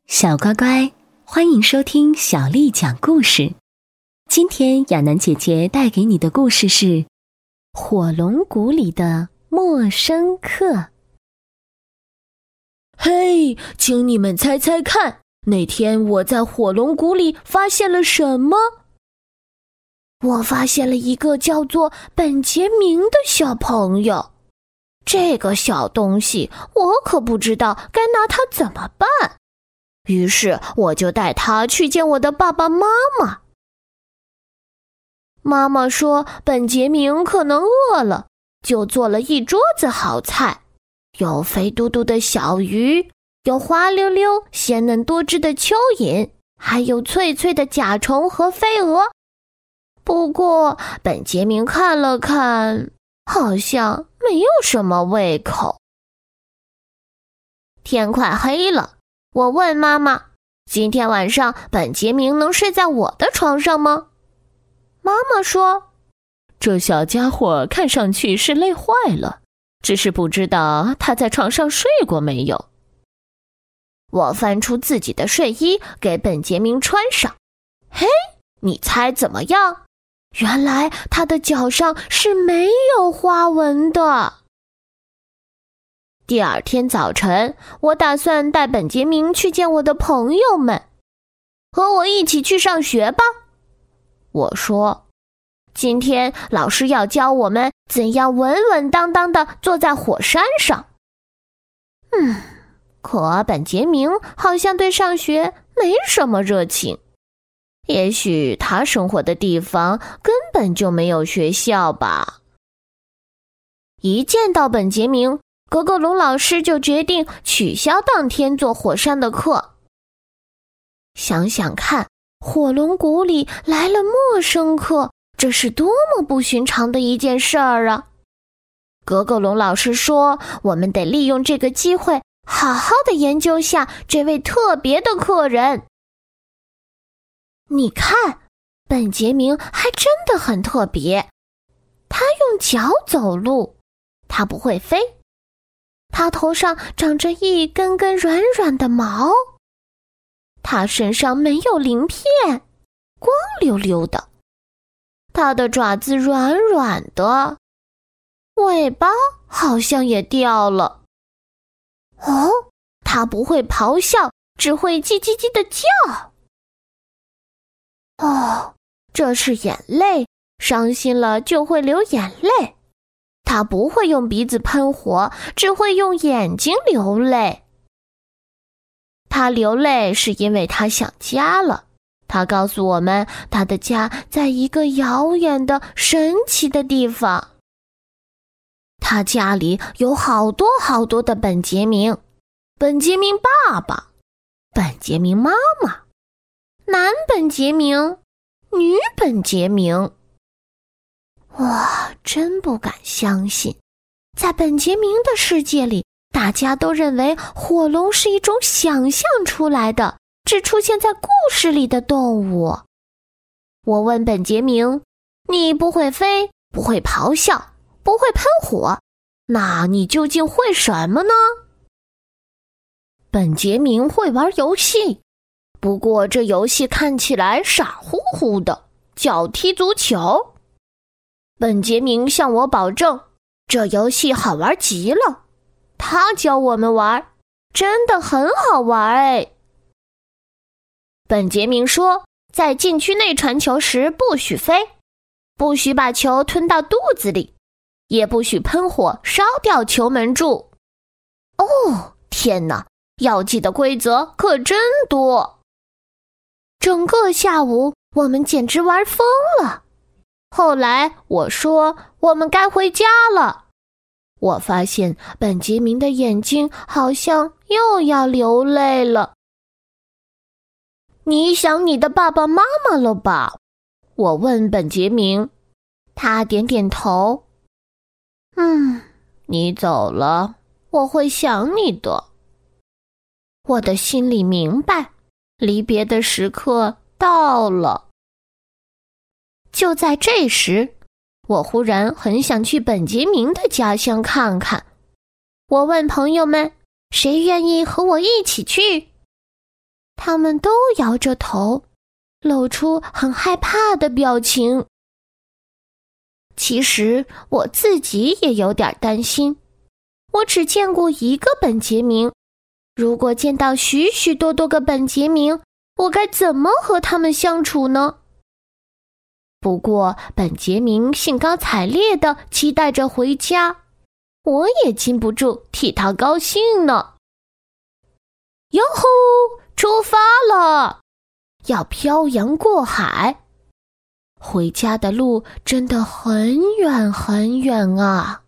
小乖乖，欢迎收听小丽讲故事。今天亚楠姐姐带给你的故事是《火龙谷里的陌生客》。 嘿，请你们猜猜看，那天我在火龙谷里发现了什么？我发现了一个叫做本杰明的小朋友。这个小东西，我可不知道该拿它怎么办。于是我就带他去见我的爸爸妈妈。妈妈说本杰明可能饿了，就做了一桌子好菜，有肥嘟嘟的小鱼，有滑溜溜鲜嫩多汁的蚯蚓，还有脆脆的甲虫和飞蛾。不过本杰明看了看，好像没有什么胃口。天快黑了，我问妈妈，今天晚上本杰明能睡在我的床上吗？妈妈说， 这小家伙看上去是累坏了，只是不知道他在床上睡过没有。 我翻出自己的睡衣给本杰明穿上。嘿，你猜怎么样？原来他的脚上是没有花纹的。第二天早晨，我打算带本杰明去见我的朋友们。和我一起去上学吧，我说。今天老师要教我们怎样稳稳当当地坐在火山上。可本杰明好像对上学没什么热情。也许他生活的地方根本就没有学校吧。一见到本杰明，格格龙老师就决定取消当天做火山的课。想想看，火龙谷里来了陌生客，这是多么不寻常的一件事儿啊！格格龙老师说，我们得利用这个机会，好好的研究下这位特别的客人。你看，本杰明还真的很特别。他用脚走路，他不会飞。他头上长着一根根软软的毛，他身上没有鳞片，光溜溜的。他的爪子软软的，尾巴好像也掉了。哦，他不会咆哮，只会叽叽叽的叫。哦，这是眼泪，伤心了就会流眼泪。他不会用鼻子喷火，只会用眼睛流泪。他流泪是因为他想家了。他告诉我们，他的家在一个遥远的神奇的地方。他家里有好多好多的本杰明，本杰明爸爸，本杰明妈妈，男本杰明，女本杰明。哇，真不敢相信，在本杰明的世界里，大家都认为火龙是一种想象出来的，只出现在故事里的动物。我问本杰明，你不会飞，不会咆哮，不会喷火，那你究竟会什么呢？本杰明会玩游戏，不过这游戏看起来傻乎乎的，叫踢足球。本杰明向我保证，这游戏好玩极了，他教我们玩，真的很好玩哎。本杰明说，在禁区内传球时不许飞，不许把球吞到肚子里，也不许喷火烧掉球门柱。哦，天哪，要记的规则可真多。整个下午，我们简直玩疯了。后来我说，我们该回家了。我发现本杰明的眼睛好像又要流泪了。你想你的爸爸妈妈了吧？我问本杰明。他点点头。你走了，我会想你的。我的心里明白，离别的时刻到了。就在这时，我忽然很想去本杰明的家乡看看。我问朋友们，谁愿意和我一起去？ 他们都摇着头，露出很害怕的表情。其实我自己也有点担心，我只见过一个本杰明，如果见到许许多多个本杰明，我该怎么和他们相处呢？不过本杰明兴高采烈地期待着回家，我也禁不住替他高兴呢。哟吼，出发了，要漂洋过海。回家的路真的很远很远啊。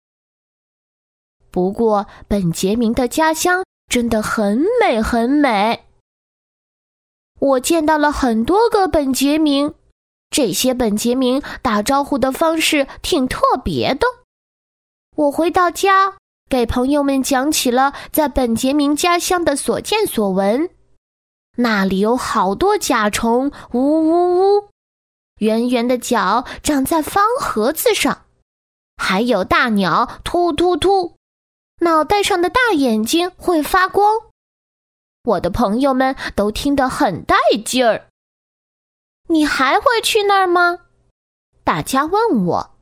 不过本杰明的家乡真的很美很美。我见到了很多个本杰明，这些本杰明打招呼的方式挺特别的。我回到家，给朋友们讲起了在本杰明家乡的所见所闻。那里有好多甲虫，呜呜呜，圆圆的脚长在方盒子上，还有大鸟，突突突，脑袋上的大眼睛会发光。我的朋友们都听得很带劲儿。你还会去那儿吗？大家问我。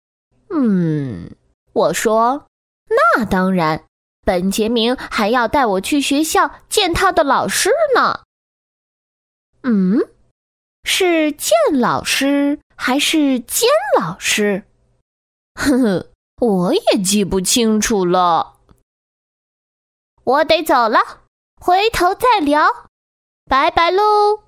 我说，那当然，本杰明还要带我去学校见他的老师呢。是见老师还是监老师？我也记不清楚了。我得走了，回头再聊，拜拜喽。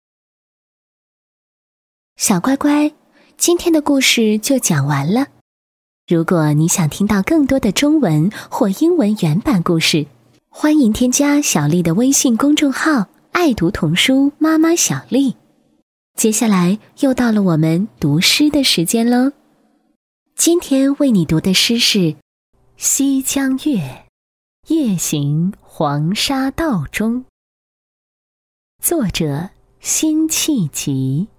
小乖乖，今天的故事就讲完了。如果你想听到更多的中文或英文原版故事，欢迎添加小丽的微信公众号爱读童书妈妈小丽。接下来又到了我们读诗的时间喽。今天为你读的诗是《西江月·夜行黄沙道中》，作者辛弃疾。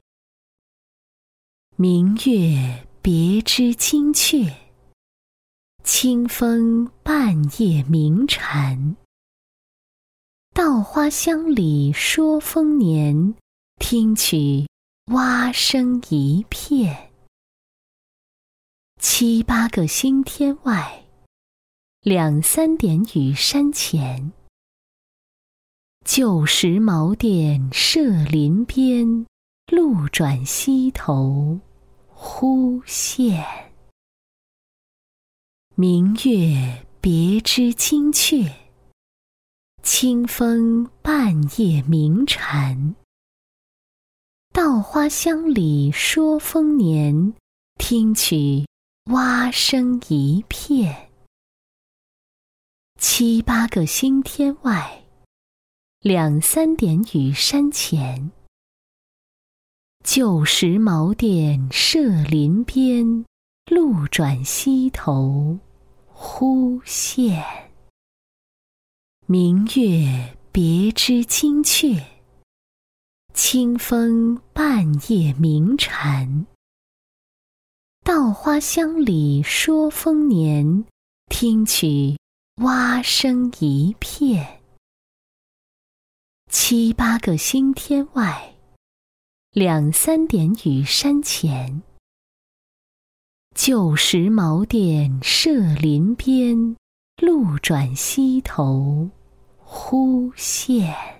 明月别枝惊鹊，清风半夜鸣蝉。稻花香里说丰年，听取蛙声一片。7、8个星天外，2、3点雨山前。旧时茅店社林边，路转溪头忽见。明月别枝惊鹊，清风半夜鸣蝉。稻花香里说丰年，听取蛙声一片。7、8个星天外，2、3点雨山前。旧时茅店社林边，路转溪头忽见。明月别枝惊鹊，清风半夜鸣蝉。稻花香里说丰年，听取蛙声一片。7、8个星天外，2、3点雨山前。旧时茅店社林边，路转溪头忽见。